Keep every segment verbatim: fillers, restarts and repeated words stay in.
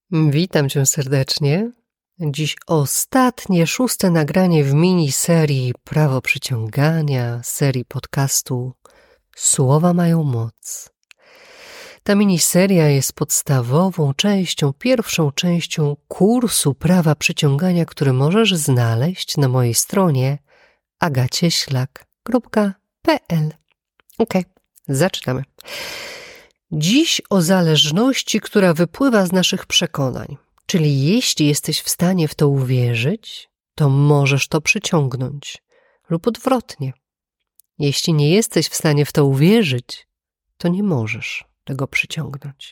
Witam Cię serdecznie. Dziś ostatnie, szóste nagranie w miniserii Prawo Przyciągania, serii podcastu Słowa mają moc. Ta miniseria jest podstawową częścią, pierwszą częścią kursu Prawa Przyciągania, który możesz znaleźć na mojej stronie agacieślak kropka p l. Ok, zaczynamy. Dziś o zależności, która wypływa z naszych przekonań. Czyli jeśli jesteś w stanie w to uwierzyć, to możesz to przyciągnąć. Lub odwrotnie. Jeśli nie jesteś w stanie w to uwierzyć, to nie możesz tego przyciągnąć.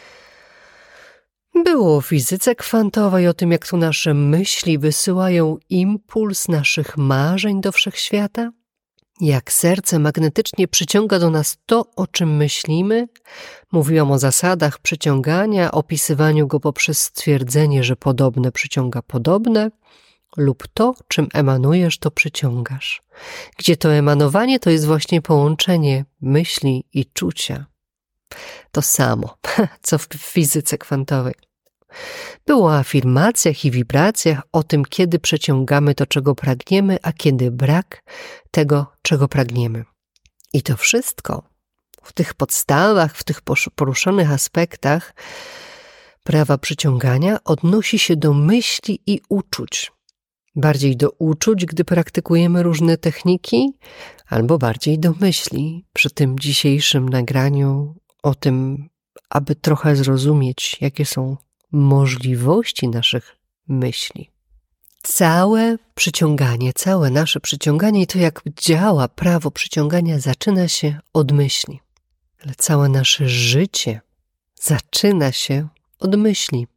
Było o fizyce kwantowej, o tym, jak tu nasze myśli wysyłają impuls naszych marzeń do wszechświata, jak serce magnetycznie przyciąga do nas to, o czym myślimy. Mówiłam o zasadach przyciągania, opisywaniu go poprzez stwierdzenie, że podobne przyciąga podobne, lub to, czym emanujesz, to przyciągasz. Gdzie to emanowanie to jest właśnie połączenie myśli i czucia. To samo, co w fizyce kwantowej. Było o afirmacjach i wibracjach, o tym, kiedy przeciągamy to, czego pragniemy, a kiedy brak tego, czego pragniemy. I to wszystko w tych podstawach, w tych poruszonych aspektach prawa przyciągania odnosi się do myśli i uczuć. Bardziej do uczuć, gdy praktykujemy różne techniki, albo bardziej do myśli przy tym dzisiejszym nagraniu o tym, aby trochę zrozumieć, jakie są możliwości naszych myśli. Całe przyciąganie, całe nasze przyciąganie i to, jak działa prawo przyciągania, zaczyna się od myśli. Ale całe nasze życie zaczyna się od myśli.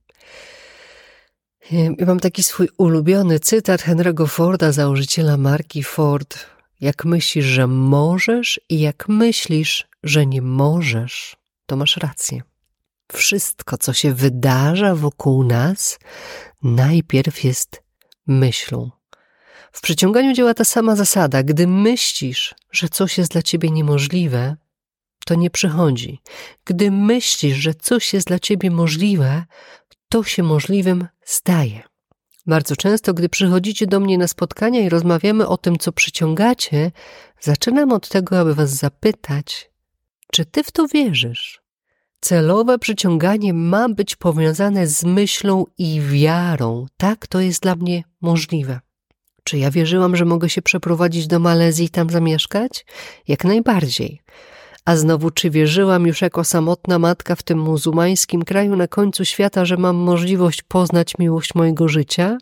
Ja mam taki swój ulubiony cytat Henry'ego Forda, założyciela marki Ford. Jak myślisz, że możesz i jak myślisz, że nie możesz, to masz rację. Wszystko, co się wydarza wokół nas, najpierw jest myślą. W przyciąganiu działa ta sama zasada. Gdy myślisz, że coś jest dla ciebie niemożliwe, to nie przychodzi. Gdy myślisz, że coś jest dla ciebie możliwe, to się możliwym staje. Bardzo często, gdy przychodzicie do mnie na spotkania i rozmawiamy o tym, co przyciągacie, zaczynam od tego, aby was zapytać, czy ty w to wierzysz? Celowe przyciąganie ma być powiązane z myślą i wiarą. Tak, to jest dla mnie możliwe. Czy ja wierzyłam, że mogę się przeprowadzić do Malezji i tam zamieszkać? Jak najbardziej. A znowu, czy wierzyłam już jako samotna matka w tym muzułmańskim kraju na końcu świata, że mam możliwość poznać miłość mojego życia?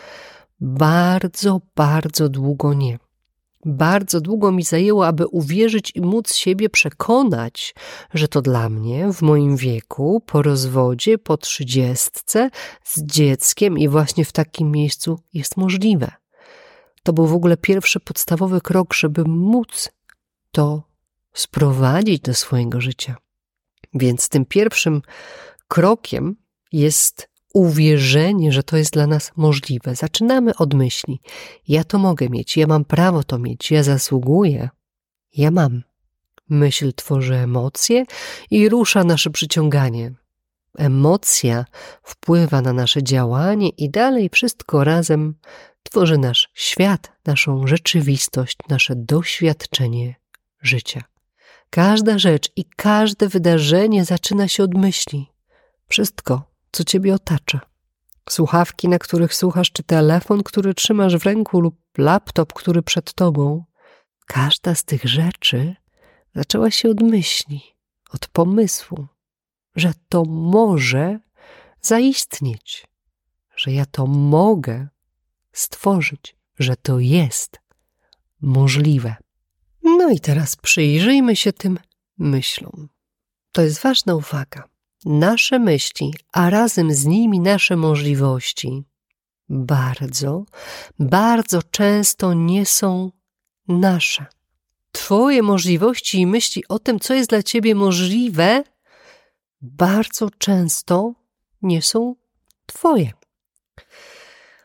Bardzo, bardzo długo nie. Bardzo długo mi zajęło, aby uwierzyć i móc siebie przekonać, że to dla mnie w moim wieku, po rozwodzie, po trzydziestce, z dzieckiem i właśnie w takim miejscu jest możliwe. To był w ogóle pierwszy podstawowy krok, żeby móc to sprowadzić do swojego życia. Więc tym pierwszym krokiem jest uwierzenie, że to jest dla nas możliwe. Zaczynamy od myśli. Ja to mogę mieć, ja mam prawo to mieć, ja zasługuję. Ja mam. Myśl tworzy emocje i rusza nasze przyciąganie. Emocja wpływa na nasze działanie i dalej wszystko razem tworzy nasz świat, naszą rzeczywistość, nasze doświadczenie życia. Każda rzecz i każde wydarzenie zaczyna się od myśli. Wszystko, co ciebie otacza. Słuchawki, na których słuchasz, czy telefon, który trzymasz w ręku, lub laptop, który przed tobą. Każda z tych rzeczy zaczęła się od myśli, od pomysłu, że to może zaistnieć, że ja to mogę stworzyć, że to jest możliwe. No i teraz przyjrzyjmy się tym myślom. To jest ważna uwaga. Nasze myśli, a razem z nimi nasze możliwości bardzo, bardzo często nie są nasze. Twoje możliwości i myśli o tym, co jest dla ciebie możliwe, bardzo często nie są twoje.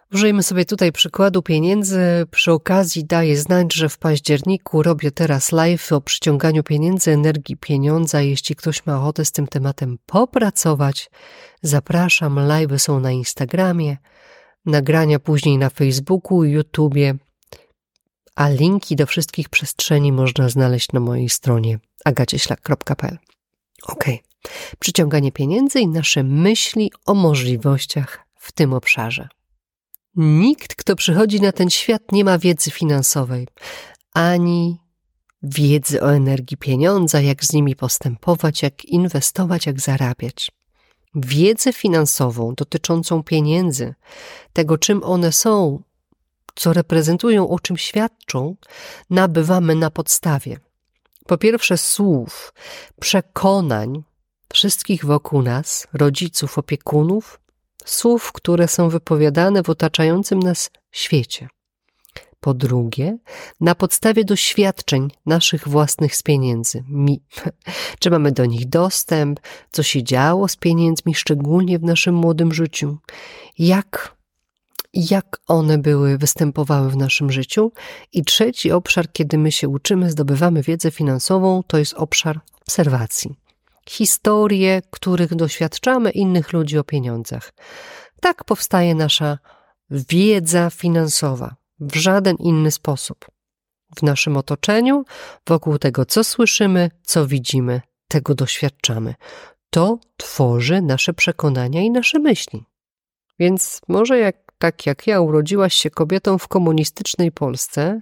Użyjmy sobie tutaj przykładu pieniędzy. Przy okazji daję znać, że w październiku robię teraz live o przyciąganiu pieniędzy, energii pieniądza. Jeśli ktoś ma ochotę z tym tematem popracować, zapraszam. Live'y są na Instagramie, nagrania później na Facebooku, YouTubie, a linki do wszystkich przestrzeni można znaleźć na mojej stronie agacieślak kropka p l. Ok. Przyciąganie pieniędzy i nasze myśli o możliwościach w tym obszarze. Nikt, kto przychodzi na ten świat, nie ma wiedzy finansowej, ani wiedzy o energii pieniądza, jak z nimi postępować, jak inwestować, jak zarabiać. Wiedzę finansową dotyczącą pieniędzy, tego czym one są, co reprezentują, o czym świadczą, nabywamy na podstawie, po pierwsze, słów, przekonań wszystkich wokół nas, rodziców, opiekunów, słów, które są wypowiadane w otaczającym nas świecie. Po drugie, na podstawie doświadczeń naszych własnych z pieniędzy. Mi, czy mamy do nich dostęp, co się działo z pieniędzmi, szczególnie w naszym młodym życiu, jak, jak one były, występowały w naszym życiu. I trzeci obszar, kiedy my się uczymy, zdobywamy wiedzę finansową, to jest obszar obserwacji. Historie, których doświadczamy innych ludzi o pieniądzach. Tak powstaje nasza wiedza finansowa. W żaden inny sposób. W naszym otoczeniu, wokół tego, co słyszymy, co widzimy, tego doświadczamy. To tworzy nasze przekonania i nasze myśli. Więc może jak, tak jak ja urodziłaś się kobietą w komunistycznej Polsce,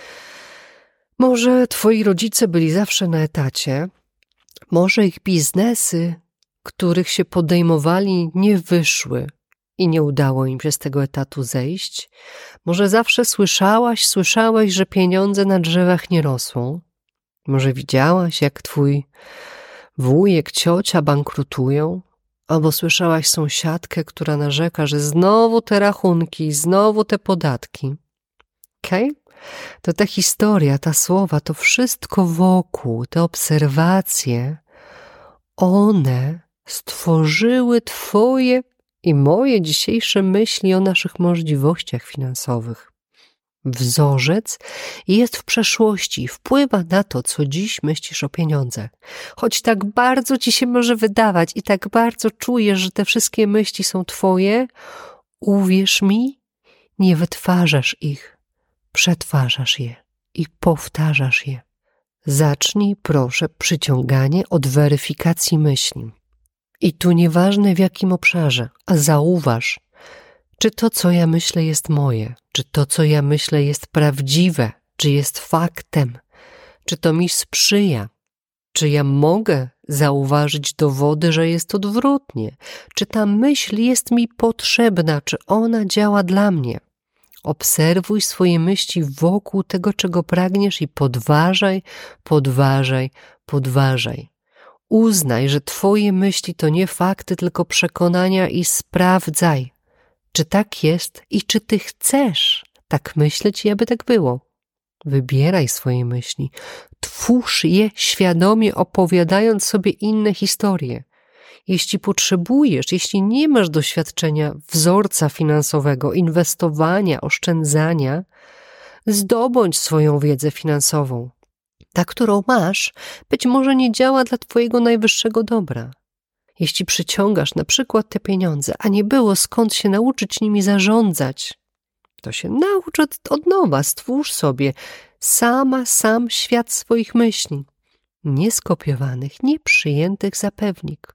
może twoi rodzice byli zawsze na etacie, może ich biznesy, których się podejmowali, nie wyszły i nie udało im się z tego etatu zejść. Może zawsze słyszałaś, słyszałeś, że pieniądze na drzewach nie rosną. Może widziałaś, jak twój wujek, ciocia bankrutują. Albo słyszałaś sąsiadkę, która narzeka, że znowu te rachunki, znowu te podatki. Okej? Okay? To ta historia, ta słowa, to wszystko wokół, te obserwacje, one stworzyły twoje i moje dzisiejsze myśli o naszych możliwościach finansowych. Wzorzec jest w przeszłości, wpływa na to, co dziś myślisz o pieniądzach. Choć tak bardzo ci się może wydawać i tak bardzo czujesz, że te wszystkie myśli są twoje, uwierz mi, nie wytwarzasz ich, przetwarzasz je i powtarzasz je. Zacznij, proszę, przyciąganie od weryfikacji myśli. I tu nieważne w jakim obszarze, a zauważ, czy to, co ja myślę, jest moje, czy to, co ja myślę, jest prawdziwe, czy jest faktem, czy to mi sprzyja, czy ja mogę zauważyć dowody, że jest odwrotnie, czy ta myśl jest mi potrzebna, czy ona działa dla mnie. Obserwuj swoje myśli wokół tego, czego pragniesz i podważaj, podważaj, podważaj. Uznaj, że twoje myśli to nie fakty, tylko przekonania i sprawdzaj, czy tak jest i czy ty chcesz tak myśleć i aby tak było. Wybieraj swoje myśli, twórz je świadomie, opowiadając sobie inne historie. Jeśli potrzebujesz, jeśli nie masz doświadczenia wzorca finansowego, inwestowania, oszczędzania, zdobądź swoją wiedzę finansową. Ta, którą masz, być może nie działa dla twojego najwyższego dobra. Jeśli przyciągasz na przykład te pieniądze, a nie było skąd się nauczyć nimi zarządzać, to się naucz od, od nowa, stwórz sobie sama, sam świat swoich myśli, nieskopiowanych, nieprzyjętych za pewnik.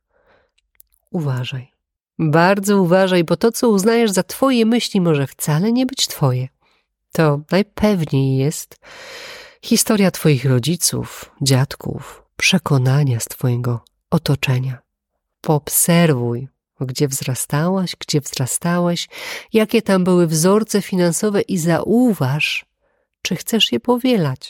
Uważaj, bardzo uważaj, bo to, co uznajesz za twoje myśli, może wcale nie być twoje. To najpewniej jest historia twoich rodziców, dziadków, przekonania z twojego otoczenia. Poobserwuj, gdzie wzrastałaś, gdzie wzrastałeś, jakie tam były wzorce finansowe i zauważ, czy chcesz je powielać.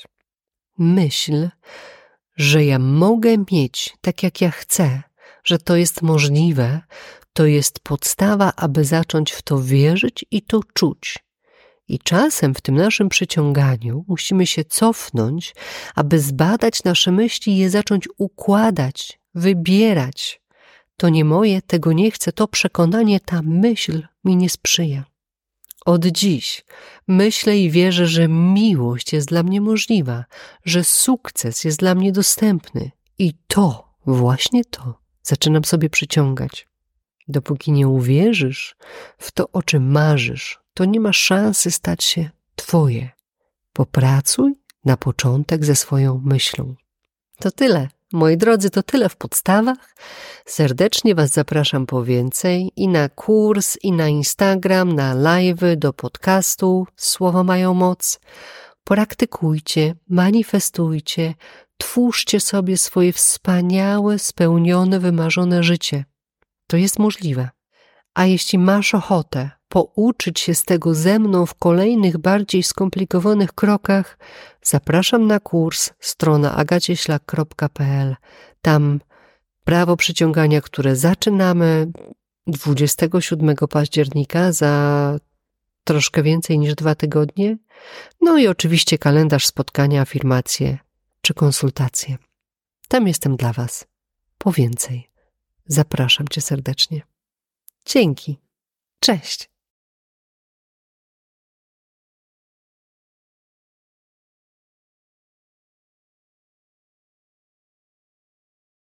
Myśl, że ja mogę mieć tak, jak ja chcę, że to jest możliwe, to jest podstawa, aby zacząć w to wierzyć i to czuć. I czasem w tym naszym przyciąganiu musimy się cofnąć, aby zbadać nasze myśli i je zacząć układać, wybierać. To nie moje, tego nie chcę, to przekonanie, ta myśl mi nie sprzyja. Od dziś myślę i wierzę, że miłość jest dla mnie możliwa, że sukces jest dla mnie dostępny i to, właśnie to, zaczynam sobie przyciągać. Dopóki nie uwierzysz w to, o czym marzysz, to nie ma szansy stać się twoje. Popracuj na początek ze swoją myślą. To tyle. Moi drodzy, to tyle w podstawach. Serdecznie Was zapraszam po więcej i na kurs, i na Instagram, na live'y, do podcastu Słowa mają moc. Praktykujcie, manifestujcie, twórzcie sobie swoje wspaniałe, spełnione, wymarzone życie. To jest możliwe. A jeśli masz ochotę pouczyć się z tego ze mną w kolejnych, bardziej skomplikowanych krokach, zapraszam na kurs, strona agacieślak kropka pe el. Tam prawo przyciągania, które zaczynamy dwudziestego siódmego października, za troszkę więcej niż dwa tygodnie. No i oczywiście kalendarz spotkania, afirmacje czy konsultacje. Tam jestem dla Was. Po więcej. Zapraszam Cię serdecznie. Dzięki. Cześć.